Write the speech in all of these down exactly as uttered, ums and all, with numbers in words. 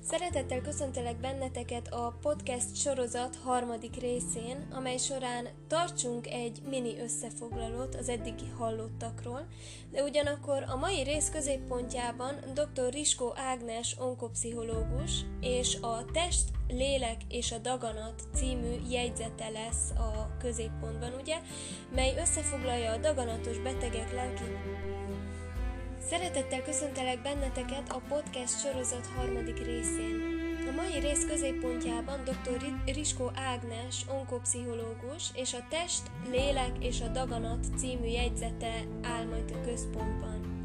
Szeretettel köszöntelek benneteket a podcast sorozat harmadik részén, amely során tartsunk egy mini összefoglalót az eddigi hallottakról, de ugyanakkor a mai rész középpontjában dr. Riskó Ágnes onkopszichológus és a Test, lélek és a daganat című jegyzete lesz a középpontban, ugye, mely összefoglalja a daganatos betegek lelki... Szeretettel köszöntelek benneteket a podcast sorozat harmadik részén. A mai rész középpontjában dr. Riskó Ágnes onkopszichológus és a Test, lélek és a daganat című jegyzete áll majd a központban.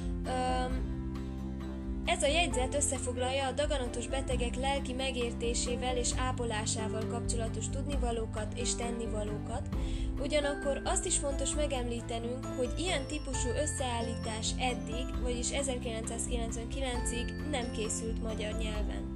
Ez a jegyzet összefoglalja a daganatos betegek lelki megértésével és ápolásával kapcsolatos tudnivalókat és tennivalókat, ugyanakkor azt is fontos megemlítenünk, hogy ilyen típusú összeállítás eddig, vagyis ezerkilencszázkilencvenkilencig nem készült magyar nyelven.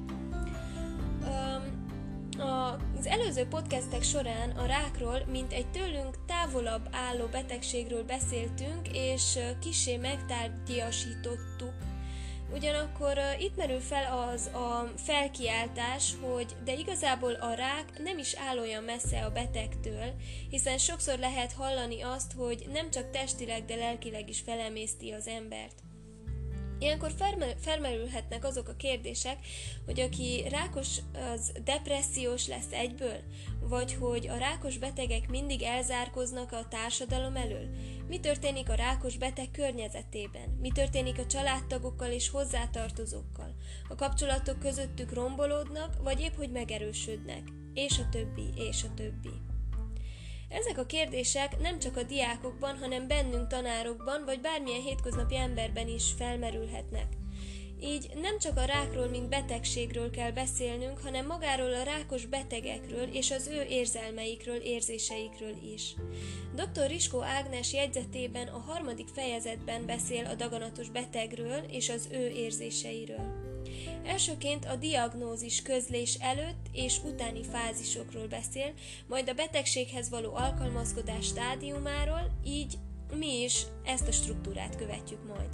Az előző podcastek során a rákról, mint egy tőlünk távolabb álló betegségről beszéltünk, és kissé megtárgyasítottuk. Ugyanakkor uh, itt merül fel az a felkiáltás, hogy de igazából a rák nem is áll olyan messze a betegtől, hiszen sokszor lehet hallani azt, hogy nem csak testileg, de lelkileg is felemészti az embert. Ilyenkor felmerülhetnek azok a kérdések, hogy aki rákos, az depressziós lesz egyből, vagy hogy a rákos betegek mindig elzárkoznak a társadalom elől. Mi történik a rákos beteg környezetében? Mi történik a családtagokkal és hozzátartozókkal? A kapcsolatok közöttük rombolódnak, vagy épp hogy megerősödnek? És a többi, és a többi. Ezek a kérdések nem csak a diákokban, hanem bennünk tanárokban, vagy bármilyen hétköznapi emberben is felmerülhetnek. Így nem csak a rákról, mint betegségről kell beszélnünk, hanem magáról a rákos betegekről és az ő érzelmeikről, érzéseikről is. dr. Riskó Ágnes jegyzetében a harmadik fejezetben beszél a daganatos betegről és az ő érzéseiről. Elsőként a diagnózis közlés előtt és utáni fázisokról beszél, majd a betegséghez való alkalmazkodás stádiumáról, így mi is ezt a struktúrát követjük majd.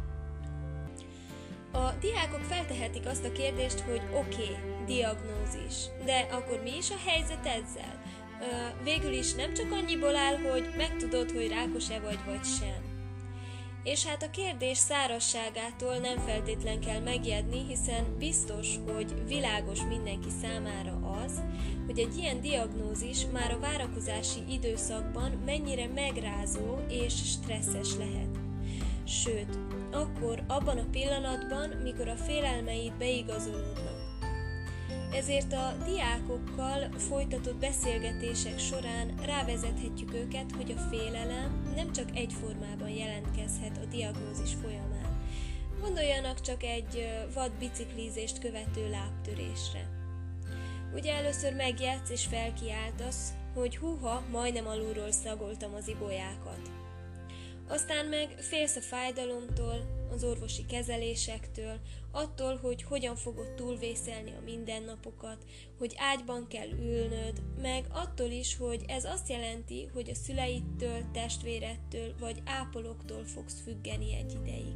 A diákok feltehetik azt a kérdést, hogy oké, okay, diagnózis, de akkor mi is a helyzet ezzel? Ö, végül is nem csak annyiból áll, hogy megtudod, hogy rákos-e vagy, vagy sem. És hát a kérdés szárazságától nem feltétlen kell megijedni, hiszen biztos, hogy világos mindenki számára az, hogy egy ilyen diagnózis már a várakozási időszakban mennyire megrázó és stresszes lehet. Sőt, akkor abban a pillanatban, mikor a félelmeid beigazolódnak. Ezért a diákokkal folytatott beszélgetések során rávezethetjük őket, hogy a félelem nem csak egyformában jelentkezhet a diagnózis folyamán. Gondoljanak csak egy vad biciklizést követő lábtörésre. Ugye először megjátsz és felkiáltasz, hogy húha, majdnem alulról szagoltam az ibolyákat. Aztán meg félsz a fájdalomtól, az orvosi kezelésektől, attól, hogy hogyan fogod túlvészelni a mindennapokat, hogy ágyban kell ülnöd, meg attól is, hogy ez azt jelenti, hogy a szüleidtől, testvéredtől vagy ápolóktól fogsz függeni egy ideig.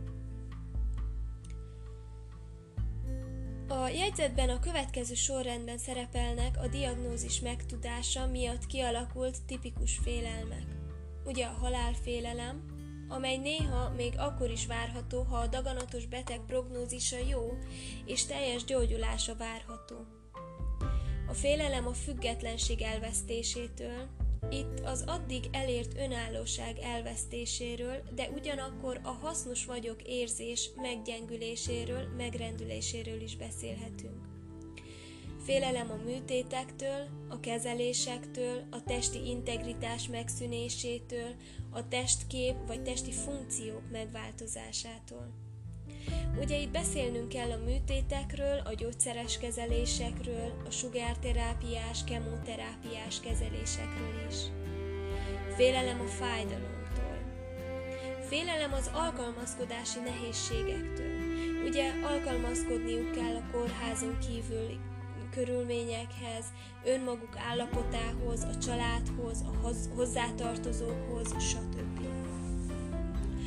A jegyzetben a következő sorrendben szerepelnek a diagnózis megtudása miatt kialakult tipikus félelmek. Ugye a halálfélelem, amely néha még akkor is várható, ha a daganatos beteg prognózisa jó és teljes gyógyulása várható. A félelem a függetlenség elvesztésétől, itt az addig elért önállóság elvesztéséről, de ugyanakkor a hasznos vagyok érzés meggyengüléséről, megrendüléséről is beszélhetünk. Félelem a műtétektől, a kezelésektől, a testi integritás megszűnésétől, a testkép vagy testi funkciók megváltozásától. Ugye itt beszélnünk kell a műtétekről, a gyógyszeres kezelésekről, a sugárterápiás, kemoterápiás kezelésekről is. Félelem a fájdalomtól. Félelem az alkalmazkodási nehézségektől. Ugye alkalmazkodniuk kell a kórházon kívül körülményekhez, önmaguk állapotához, a családhoz, a hozzátartozókhoz, stb.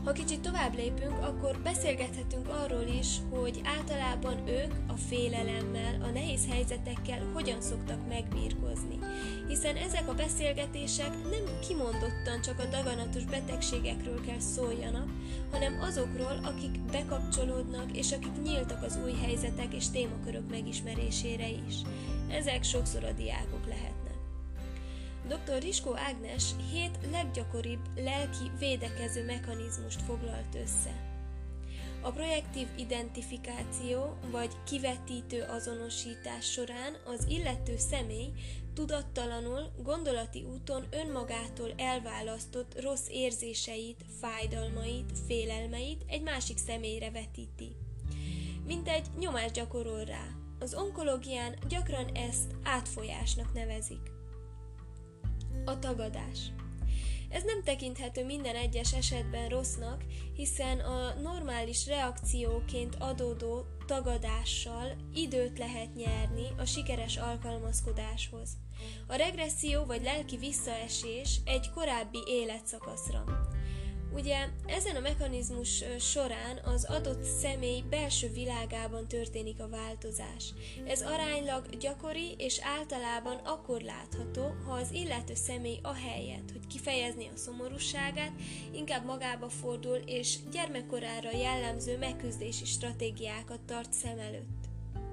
Ha kicsit tovább lépünk, akkor beszélgethetünk arról is, hogy általában ők a félelemmel, a nehéz helyzetekkel hogyan szoktak megbírkozni. Hiszen ezek a beszélgetések nem kimondottan csak a daganatos betegségekről kell szóljanak, hanem azokról, akik bekapcsolódnak és akik nyíltak az új helyzetek és témakörök megismerésére is. Ezek sokszor a diákok lehetnek. doktor Riskó Ágnes hét leggyakoribb lelki védekező mechanizmust foglalt össze. A projektív identifikáció vagy kivetítő azonosítás során az illető személy tudattalanul, gondolati úton önmagától elválasztott rossz érzéseit, fájdalmait, félelmeit egy másik személyre vetíti. Mintegy nyomást gyakorol rá. Az onkológián gyakran ezt átfolyásnak nevezik. A tagadás. Ez nem tekinthető minden egyes esetben rossznak, hiszen a normális reakcióként adódó tagadással időt lehet nyerni a sikeres alkalmazkodáshoz. A regresszió vagy lelki visszaesés egy korábbi életszakaszra. Ugye ezen a mechanizmus során az adott személy belső világában történik a változás. Ez aránylag gyakori és általában akkor látható, ha az illető személy ahelyett, hogy kifejezni a szomorúságát, inkább magába fordul és gyermekkorára jellemző megküzdési stratégiákat tart szem előtt.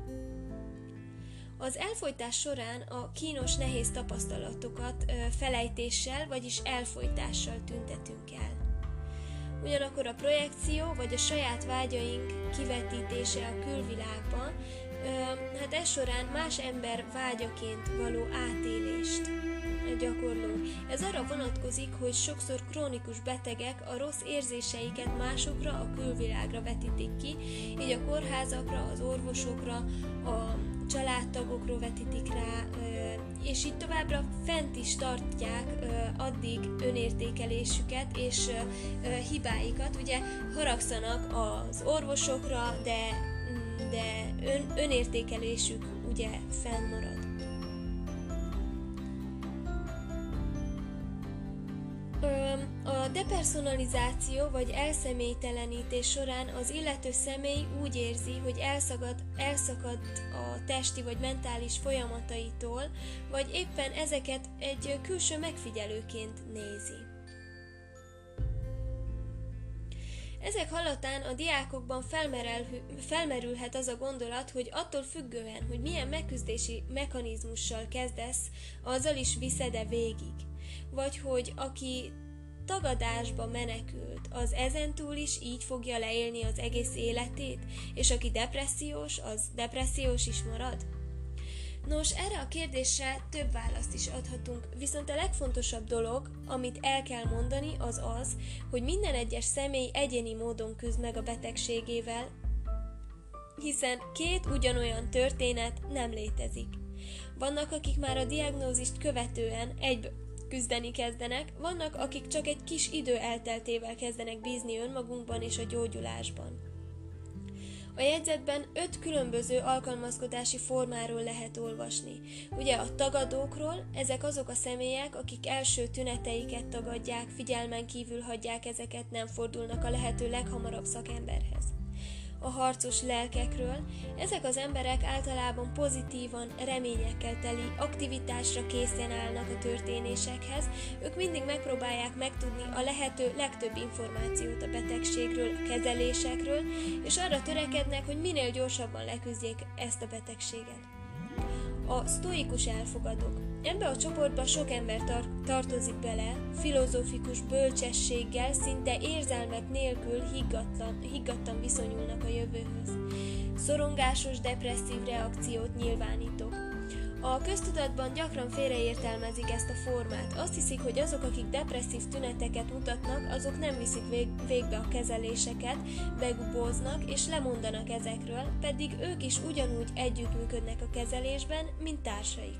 Az elfojtás során a kínos, nehéz tapasztalatokat felejtéssel, vagyis elfojtással tüntetünk el. Ugyanakkor a projekció vagy a saját vágyaink kivetítése a külvilágban, hát ez során más ember vágyaként való átélést gyakorlunk. Ez arra vonatkozik, hogy sokszor krónikus betegek a rossz érzéseiket másokra, a külvilágra vetítik ki, így a kórházakra, az orvosokra, a családtagokról vetítik rá, és így továbbra fent is tartják addig önértékelésüket és hibáikat. Ugye haragszanak az orvosokra, de, de ön, önértékelésük ugye fennmarad. A depersonalizáció vagy elszemélytelenítés során az illető személy úgy érzi, hogy elszakad, elszakad a testi vagy mentális folyamataitól, vagy éppen ezeket egy külső megfigyelőként nézi. Ezek hallatán a diákokban felmerülhet az a gondolat, hogy attól függően, hogy milyen megküzdési mechanizmussal kezdesz, azzal is viszed-e végig. Vagy hogy aki tagadásba menekült, az ezentúl is így fogja leélni az egész életét, és aki depressziós, az depressziós is marad? Nos, erre a kérdésre több választ is adhatunk, viszont a legfontosabb dolog, amit el kell mondani, az az, hogy minden egyes személy egyéni módon küzd meg a betegségével, hiszen két ugyanolyan történet nem létezik. Vannak, akik már a diagnózist követően egyből küzdeni kezdenek, vannak, akik csak egy kis idő elteltével kezdenek bízni önmagunkban és a gyógyulásban. A jegyzetben öt különböző alkalmazkodási formáról lehet olvasni. Ugye a tagadókról, ezek azok a személyek, akik első tüneteiket tagadják, figyelmen kívül hagyják ezeket, nem fordulnak a lehető leghamarabb szakemberhez. A harcos lelkekről, ezek az emberek általában pozitívan, reményekkel teli aktivitásra készen állnak a történésekhez, ők mindig megpróbálják megtudni a lehető legtöbb információt a betegségről, a kezelésekről, és arra törekednek, hogy minél gyorsabban leküzdjék ezt a betegséget. A sztoikus elfogadók. Ebbe a csoportba sok ember tar- tartozik bele, filozófikus bölcsességgel, szinte érzelmek nélkül higgadtan, higgadtan viszonyulnak a jövőhöz. Szorongásos, depresszív reakciót nyilvánítok. A köztudatban gyakran félreértelmezik ezt a formát. Azt hiszik, hogy azok, akik depresszív tüneteket mutatnak, azok nem viszik vég- végbe a kezeléseket, begubóznak és lemondanak ezekről, pedig ők is ugyanúgy együttműködnek a kezelésben, mint társaik.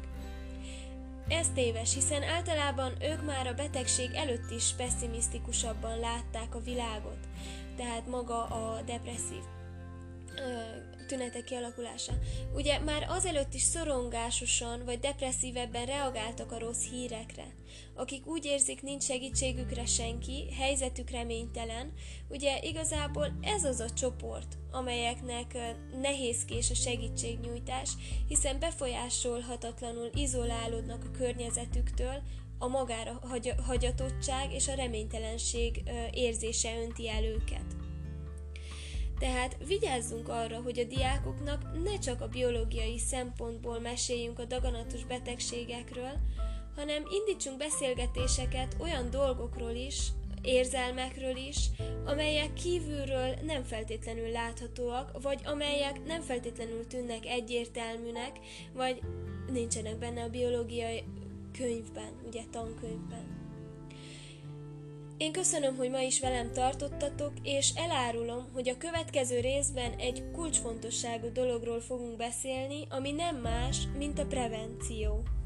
Ez téves, hiszen általában ők már a betegség előtt is pessimisztikusabban látták a világot, tehát maga a depresszív tünetek kialakulása. Ugye már azelőtt is szorongásosan vagy depresszívebben reagáltak a rossz hírekre. Akik úgy érzik, nincs segítségükre senki, helyzetük reménytelen, ugye igazából ez az a csoport, amelyeknek nehézkés a segítségnyújtás, hiszen befolyásolhatatlanul izolálódnak a környezetüktől, a magára hagy- hagyatottság és a reménytelenség érzése önti el őket. Tehát vigyázzunk arra, hogy a diákoknak ne csak a biológiai szempontból meséljünk a daganatos betegségekről, hanem indítsunk beszélgetéseket olyan dolgokról is, érzelmekről is, amelyek kívülről nem feltétlenül láthatóak, vagy amelyek nem feltétlenül tűnnek egyértelműnek, vagy nincsenek benne a biológiai könyvben, ugye tankönyvben. Én köszönöm, hogy ma is velem tartottatok, és elárulom, hogy a következő részben egy kulcsfontosságú dologról fogunk beszélni, ami nem más, mint a prevenció.